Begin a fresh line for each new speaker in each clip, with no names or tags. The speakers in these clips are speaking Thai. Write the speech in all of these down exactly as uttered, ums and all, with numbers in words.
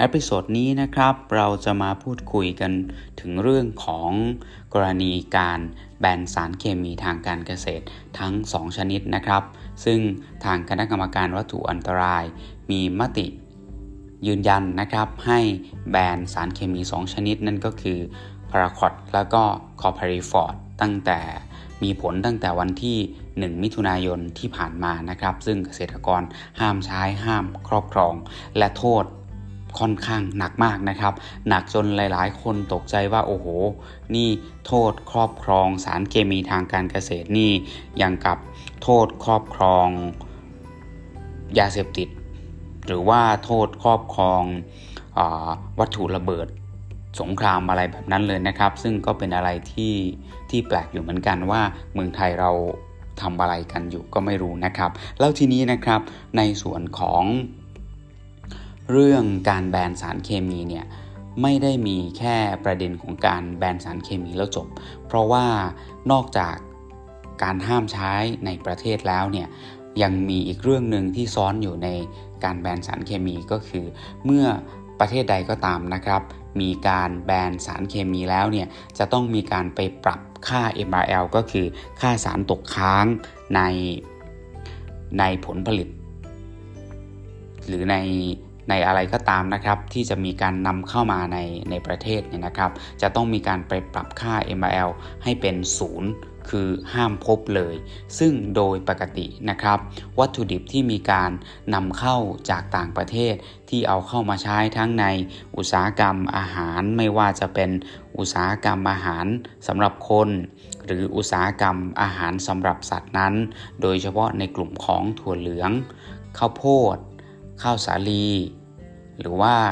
อพิโซดนี้นะครับเราจะมาพูดคุยกันถึงเรื่องของกรณีการแบนสารเคมีทางการเกษตรทั้งสองชนิดนะครับซึ่งทางคณะกรรมการวัตถุอันตรายมีมติยืนยันนะครับให้แบนสารเคมีสองชนิดนั่นก็คือพาราควอดและก็คอพาริฟอร์ดตั้งแต่มีผลตั้งแต่วันที่หนึ่งมิถุนายนที่ผ่านมานะครับซึ่งเกษตรกรห้ามใช้ห้ามครอบครองและโทษค่อนข้างหนักมากนะครับหนักจนหลายๆคนตกใจว่าโอ้โหนี่โทษครอบครองสารเคมีทางการเกษตรนี่ยังกับโทษครอบครองยาเสพติดหรือว่าโทษครอบครองอ่าวัตถุระเบิดสงครามอะไรแบบนั้นเลยนะครับซึ่งก็เป็นอะไรที่ที่แปลกอยู่เหมือนกันว่าเมืองไทยเราทำอะไรกันอยู่ก็ไม่รู้นะครับแล้วทีนี้นะครับในส่วนของเรื่องการแบนสารเคมีเนี่ยไม่ได้มีแค่ประเด็นของการแบนสารเคมีแล้วจบเพราะว่านอกจากการห้ามใช้ในประเทศแล้วเนี่ยยังมีอีกเรื่องนึงที่ซ้อนอยู่ในการแบนสารเคมีก็คือเมื่อประเทศใดก็ตามนะครับมีการแบนสารเคมีแล้วเนี่ยจะต้องมีการไปปรับค่า เอ็ม อาร์ แอล ก็คือค่าสารตกค้างในในผลผลิตหรือในในอะไรก็ตามนะครับที่จะมีการนำเข้ามาในในประเทศเนี่ยนะครับจะต้องมีการไปปรับค่า เอ็ม อาร์ แอล ให้เป็นศูนย์คือห้ามพบเลยซึ่งโดยปกตินะครับวัตถุดิบที่มีการนำเข้าจากต่างประเทศที่เอาเข้ามาใช้ทั้งในอุตสาหกรรมอาหารไม่ว่าจะเป็นอุตสาหกรรมอาหารสำหรับคนหรืออุตสาหกรรมอาหารสำหรับสัตว์นั้นโดยเฉพาะในกลุ่มของถั่วเหลืองข้าวโพดข้าวสาลีหรือว่า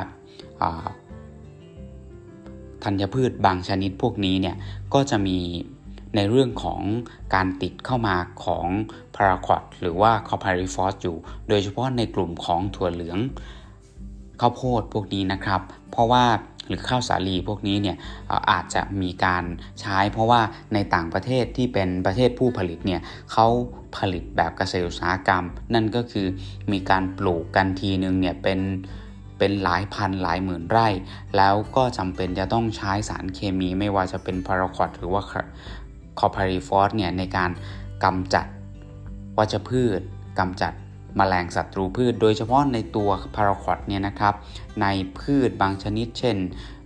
ธัญพืชบางชนิดพวกนี้เนี่ยก็จะมีในเรื่องของการติดเข้ามาของพาราควอดหรือว่าคอพาริฟอสอยู่โดยเฉพาะในกลุ่มของถั่วเหลืองข้าวโพดพวกนี้นะครับเพราะว่าหรือข้าวสาลีพวกนี้เนี่ยอาจจะมีการใช้เพราะว่าในต่างประเทศที่เป็นประเทศผู้ผลิตเนี่ยเขาผลิตแบบเกษตรอุตสาหกรรมนั่นก็คือมีการปลูกกันทีนึงเนี่ยเป็นเป็นหลายพันหลายหมื่นไร่แล้วก็จำเป็นจะต้องใช้สารเคมีไม่ว่าจะเป็นพาราควอดหรือว่าคอพาริฟอสเนี่ยในการกำจัดวัชพืชกำจัดแมลงศัตรูพืชโดยเฉพาะในตัวพาราควอดเนี่ยนะครับในพืชบางชนิดเช่น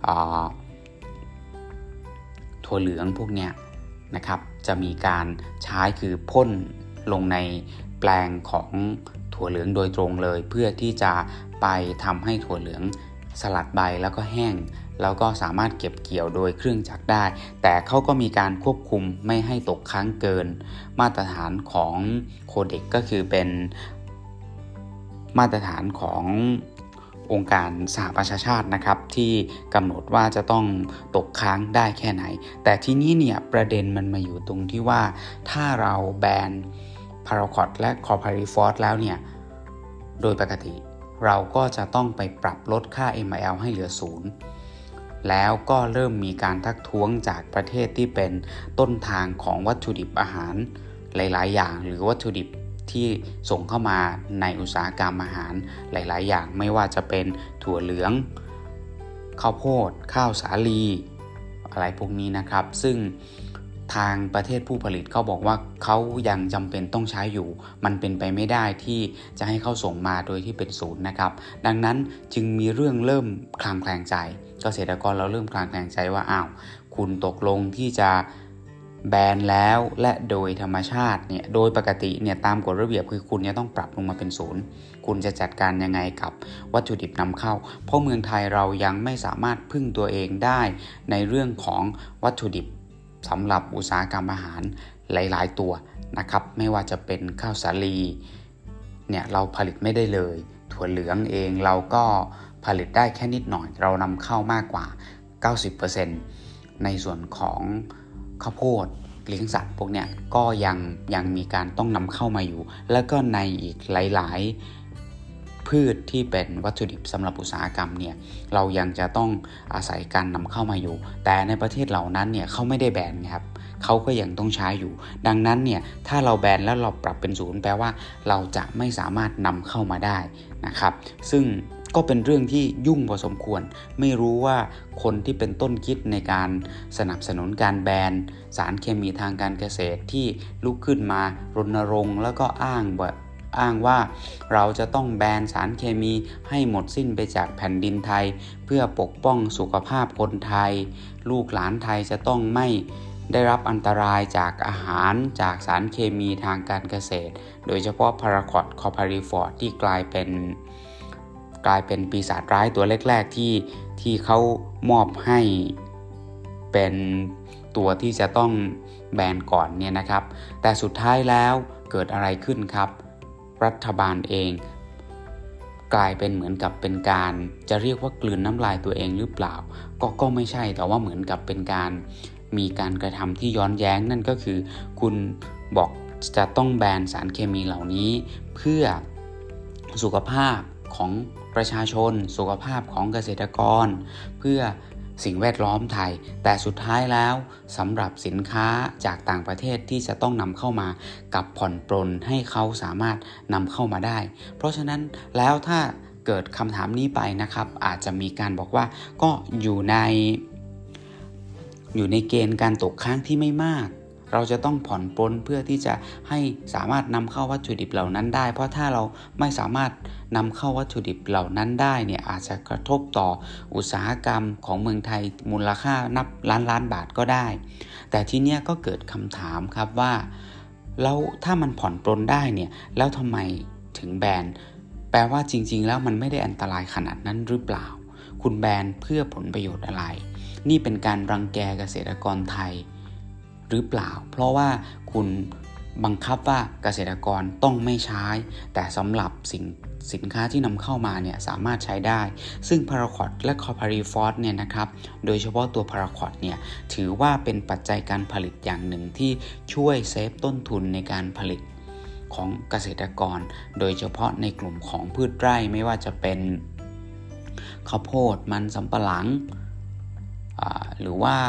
ถั่วเหลืองพวกเนี้ยนะครับจะมีการใช้คือพ่นลงในแปลงของถั่วเหลืองโดยตรงเลยเพื่อที่จะไปทำให้ถั่วเหลืองสลัดใบแล้วก็แห้งแล้วก็สามารถเก็บเกี่ยวโดยเครื่องจักรได้แต่เขาก็มีการควบคุมไม่ให้ตกค้างเกินมาตรฐานของโคเด็กก็คือเป็นมาตรฐานขององค์การสหประชาชาตินะครับที่กำหนดว่าจะต้องตกค้างได้แค่ไหนแต่ที่นี้เนี่ยประเด็นมันมาอยู่ตรงที่ว่าถ้าเราแบนพาราควอดและคอพาริฟอสแล้วเนี่ยโดยปกติเราก็จะต้องไปปรับลดค่า เอ็ม อาร์ แอล ให้เหลือศูนย์แล้วก็เริ่มมีการทักท้วงจากประเทศที่เป็นต้นทางของวัตถุดิบอาหารหลายๆอย่างหรือวัตถุดิบที่ส่งเข้ามาในอุตสาหกรรมอาหารหลายๆอย่างไม่ว่าจะเป็นถั่วเหลืองข้าวโพดข้าวสาลีอะไรพวกนี้นะครับซึ่งทางประเทศผู้ผลิตเขาบอกว่าเขายังจำเป็นต้องใช้อยู่มันเป็นไปไม่ได้ที่จะให้เขาส่งมาโดยที่เป็นศูนย์นะครับดังนั้นจึงมีเรื่องเริ่มคลางแคลงใจเกษตรกรเราเริ่มคลางแคลงใจว่าอ้าวคุณตกลงที่จะแบนแล้วและโดยธรรมชาติเนี่ยโดยปกติเนี่ยตามกฎระเบียบคือคุณจะต้องปรับลงมาเป็นศูนย์คุณจะจัดการยังไงกับวัตถุดิบนำเข้าเพราะเมืองไทยเรายังไม่สามารถพึ่งตัวเองได้ในเรื่องของวัตถุดิบสำหรับอุตสาหกรรมอาหารหลายๆตัวนะครับไม่ว่าจะเป็นข้าวสาลีเนี่ยเราผลิตไม่ได้เลยถั่วเหลืองเองเราก็ผลิตได้แค่นิดหน่อยเรานำเข้ามากกว่า เก้าสิบเปอร์เซ็นต์ ในส่วนของข้าวโพดเลี้ยงสัตว์พวกเนี้ยก็ยังยังมีการต้องนำเข้ามาอยู่แล้วก็ในอีกหลายๆพืชที่เป็นวัตถุดิบสำหรับอุตสาหกรรมเนี่ยเรายังจะต้องอาศัยการนำเข้ามาอยู่แต่ในประเทศเหล่านั้นเนี่ยเขาไม่ได้แบนครับเขาก็ยังต้องใช้อยู่ดังนั้นเนี่ยถ้าเราแบนแล้วเราปรับเป็นศูนย์แปลว่าเราจะไม่สามารถนำเข้ามาได้นะครับซึ่งก็เป็นเรื่องที่ยุ่งพอสมควรไม่รู้ว่าคนที่เป็นต้นคิดในการสนับสนุนการแบนสารเคมีทางการเกษตรที่ลุกขึ้นมารณรงค์แล้วก็อ้างว่าอ้างว่าเราจะต้องแบนสารเคมีให้หมดสิ้นไปจากแผ่นดินไทยเพื่อปกป้องสุขภาพคนไทยลูกหลานไทยจะต้องไม่ได้รับอันตรายจากอาหารจากสารเคมีทางการเกษตรโดยเฉพาะพาราคอตคอพาริฟอร์ดที่กลายเป็นกลายเป็นปีศาจร้ายตัวแรกๆที่ที่เขามอบให้เป็นตัวที่จะต้องแบนก่อนเนี่ยนะครับแต่สุดท้ายแล้วเกิดอะไรขึ้นครับรัฐบาลเองกลายเป็นเหมือนกับเป็นการจะเรียกว่ากลืนน้ำลายตัวเองหรือเปล่าก็ก็ไม่ใช่แต่ว่าเหมือนกับเป็นการมีการกระทำที่ย้อนแย้งนั่นก็คือคุณบอกจะต้องแบนสารเคมีเหล่านี้เพื่อสุขภาพของประชาชนสุขภาพของเกษตรกรเพื่อสิ่งแวดล้อมไทยแต่สุดท้ายแล้วสำหรับสินค้าจากต่างประเทศที่จะต้องนำเข้ามากับผ่อนปรนให้เขาสามารถนำเข้ามาได้เพราะฉะนั้นแล้วถ้าเกิดคำถามนี้ไปนะครับอาจจะมีการบอกว่าก็อยู่ในอยู่ในเกณฑ์การตกค้างที่ไม่มากเราจะต้องผ่อนปรนเพื่อที่จะให้สามารถนำเข้าวัตถุดิบเหล่านั้นได้เพราะถ้าเราไม่สามารถนำเข้าวัตถุดิบเหล่านั้นได้เนี่ยอาจจะกระทบต่ออุตสาหกรรมของเมืองไทยมูลค่านับล้านล้านบาทก็ได้แต่ทีเนี้ยก็เกิดคำถามครับว่าแล้วถ้ามันผ่อนปรนได้เนี่ยแล้วทำไมถึงแบนแปลว่าจริงๆแล้วมันไม่ได้อันตรายขนาดนั้นหรือเปล่าคุณแบนเพื่อผลประโยชน์อะไรนี่เป็นการรังแกเกษตรกรไทยหรือเปล่าเพราะว่าคุณบังคับว่าเกษตรกรต้องไม่ใช้แต่สำหรับสินสินค้าที่นำเข้ามาเนี่ยสามารถใช้ได้ซึ่งพาราคอตและคอพาริฟอร์ดเนี่ยนะครับโดยเฉพาะตัวพาราคอตเนี่ยถือว่าเป็นปัจจัยการผลิตอย่างหนึ่งที่ช่วยเซฟต้นทุนในการผลิตของเกษตรกรโดยเฉพาะในกลุ่มของพืชไร่ไม่ว่าจะเป็นข้าวโพดมันสำปะหลังหรือว่า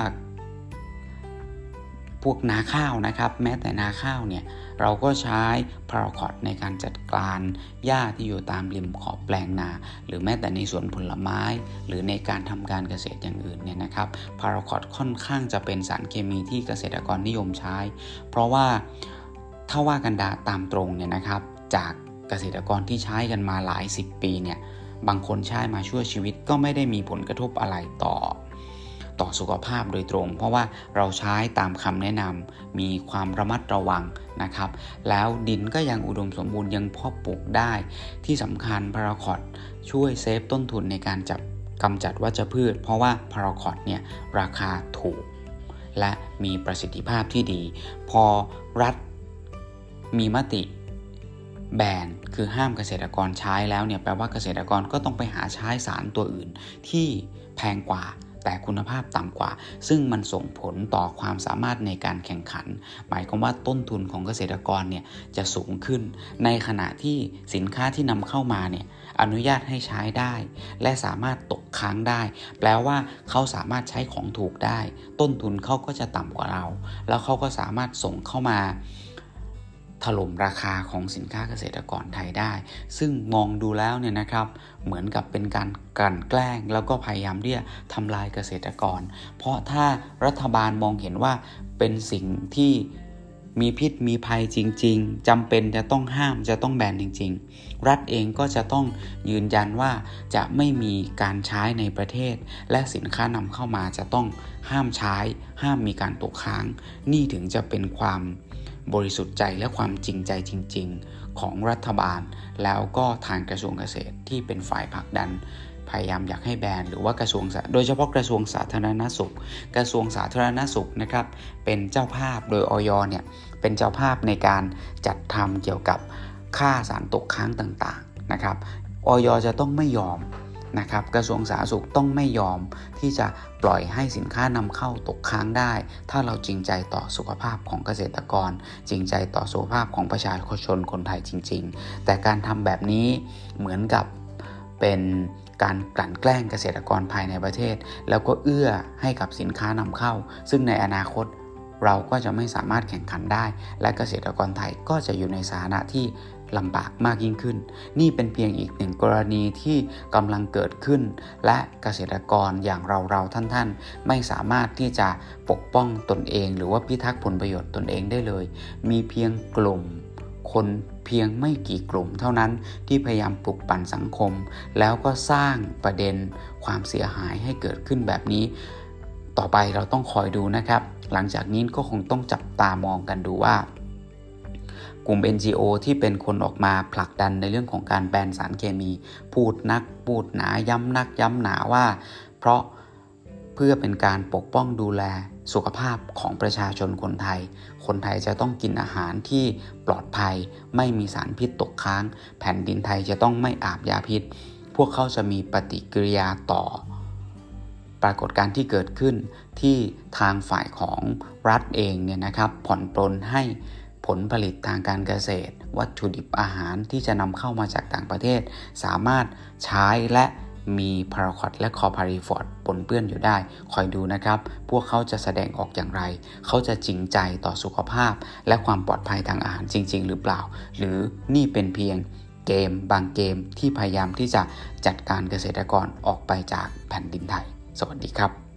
พวกนาข้าวนะครับแม้แต่นาข้าวเนี่ยเราก็ใช้พาราคอตในการจัดการหญ้าที่อยู่ตามริมขอบแปลงนาหรือแม้แต่ในสวนผลไม้หรือในการทำการเกษตรอย่างอื่นเนี่ยนะครับพาราคอตค่อนข้างจะเป็นสารเคมีที่เกษตรกรนิยมใช้เพราะว่าถ้าว่ากันดาตามตรงเนี่ยนะครับจากเกษตรกรที่ใช้กันมาหลายสิบปีเนี่ยบางคนใช้มาชั่วชีวิตก็ไม่ได้มีผลกระทบอะไรต่อต่อสุขภาพโดยตรงเพราะว่าเราใช้ตามคำแนะนำมีความระมัดระวังนะครับแล้วดินก็ยังอุดมสมบูรณ์ยังเพาะปลูกได้ที่สำคัญพาราคอตช่วยเซฟต้นทุนในการจับกำจัดวัชพืชเพราะว่าพาราคอตเนี่ยราคาถูกและมีประสิทธิภาพที่ดีพอรัฐมีมติแบนคือห้ามเกษตรกรใช้แล้วเนี่ยแปลว่าเกษตรกรก็ต้องไปหาใช้สารตัวอื่นที่แพงกว่าแต่คุณภาพต่ำกว่าซึ่งมันส่งผลต่อความสามารถในการแข่งขันหมายความว่าต้นทุนของเกษตรกรเนี่ยจะสูงขึ้นในขณะที่สินค้าที่นำเข้ามาเนี่ยอนุญาตให้ใช้ได้และสามารถตกค้างได้แปลว่าเขาสามารถใช้ของถูกได้ต้นทุนเขาก็จะต่ำกว่าเราแล้วเขาก็สามารถส่งเข้ามาถล่มราคาของสินค้าเกษตรกรไทยได้ซึ่งมองดูแล้วเนี่ยนะครับเหมือนกับเป็นการกลั่นแกล้งแล้วก็พยายามที่จะทำลายเกษตรกรเพราะถ้ารัฐบาลมองเห็นว่าเป็นสิ่งที่มีพิษมีภัยจริงๆจำเป็นจะต้องห้ามจะต้องแบนจริงๆรัฐเองก็จะต้องยืนยันว่าจะไม่มีการใช้ในประเทศและสินค้านำเข้ามาจะต้องห้ามใช้ห้ามมีการตกค้างนี่ถึงจะเป็นความบริสุทธิ์ใจและความจริงใจจริงๆของรัฐบาลแล้วก็ทางกระทรวงเกษตรที่เป็นฝ่ายผลักดันพยายามอยากให้แบนหรือว่ากระทรวงโดยเฉพาะกระทรวงสาธารณสุขกระทรวงสาธารณสุขนะครับเป็นเจ้าภาพโดยอย.เนี่ยเป็นเจ้าภาพในการจัดทำเกี่ยวกับค่าสารตกค้างต่างๆนะครับอย.จะต้องไม่ยอมนะครับกระทรวงสาธารณสุขต้องไม่ยอมที่จะปล่อยให้สินค้านำเข้าตกค้างได้ถ้าเราจริงใจต่อสุขภาพของเกษตรกรจริงใจต่อสุขภาพของประชาชนคนไทยจริงๆแต่การทำแบบนี้เหมือนกับเป็นการกลั่นแกล้งเกษตรกรภายในประเทศแล้วก็เอื้อให้กับสินค้านำเข้าซึ่งในอนาคตเราก็จะไม่สามารถแข่งขันได้และเกษตรกรไทยก็จะอยู่ในสถานะที่ลำบากมากยิ่งขึ้นนี่เป็นเพียงอีกหนึ่งกรณีที่กำลังเกิดขึ้นและเกษตรกรอย่างเราๆท่านๆไม่สามารถที่จะปกป้องตนเองหรือว่าพิทักษ์ผลประโยชน์ตนเองได้เลยมีเพียงกลุ่มคนเพียงไม่กี่กลุ่มเท่านั้นที่พยายามปลุกปั่นสังคมแล้วก็สร้างประเด็นความเสียหายให้เกิดขึ้นแบบนี้ต่อไปเราต้องคอยดูนะครับหลังจากนี้ก็คงต้องจับตามองกันดูว่ากลุ่ม เอ็น จี โอ ที่เป็นคนออกมาผลักดันในเรื่องของการแบนสารเคมีพูดนักพูดหนาย้ำนักย้ำหนาว่าเพราะเพื่อเป็นการปกป้องดูแลสุขภาพของประชาชนคนไทยคนไทยจะต้องกินอาหารที่ปลอดภัยไม่มีสารพิษตกค้างแผ่นดินไทยจะต้องไม่อาบยาพิษพวกเขาจะมีปฏิกิริยาต่อปรากฏการณ์ที่เกิดขึ้นที่ทางฝ่ายของรัฐเองเนี่ยนะครับผ่อนปรนให้ผลผลิตทางการเกษตรวัตถุดิบอาหารที่จะนำเข้ามาจากต่างประเทศสามารถใช้และมีพาราควอตและคอพาริฟอร์ดปนเปื้อนอยู่ได้คอยดูนะครับพวกเขาจะแสดงออกอย่างไรเขาจะจริงใจต่อสุขภาพและความปลอดภัยทางอาหารจริงๆหรือเปล่าหรือนี่เป็นเพียงเกมบางเกมที่พยายามที่จะจัดการเกษตรกรออกไปจากแผ่นดินไทยสวัสดีครับ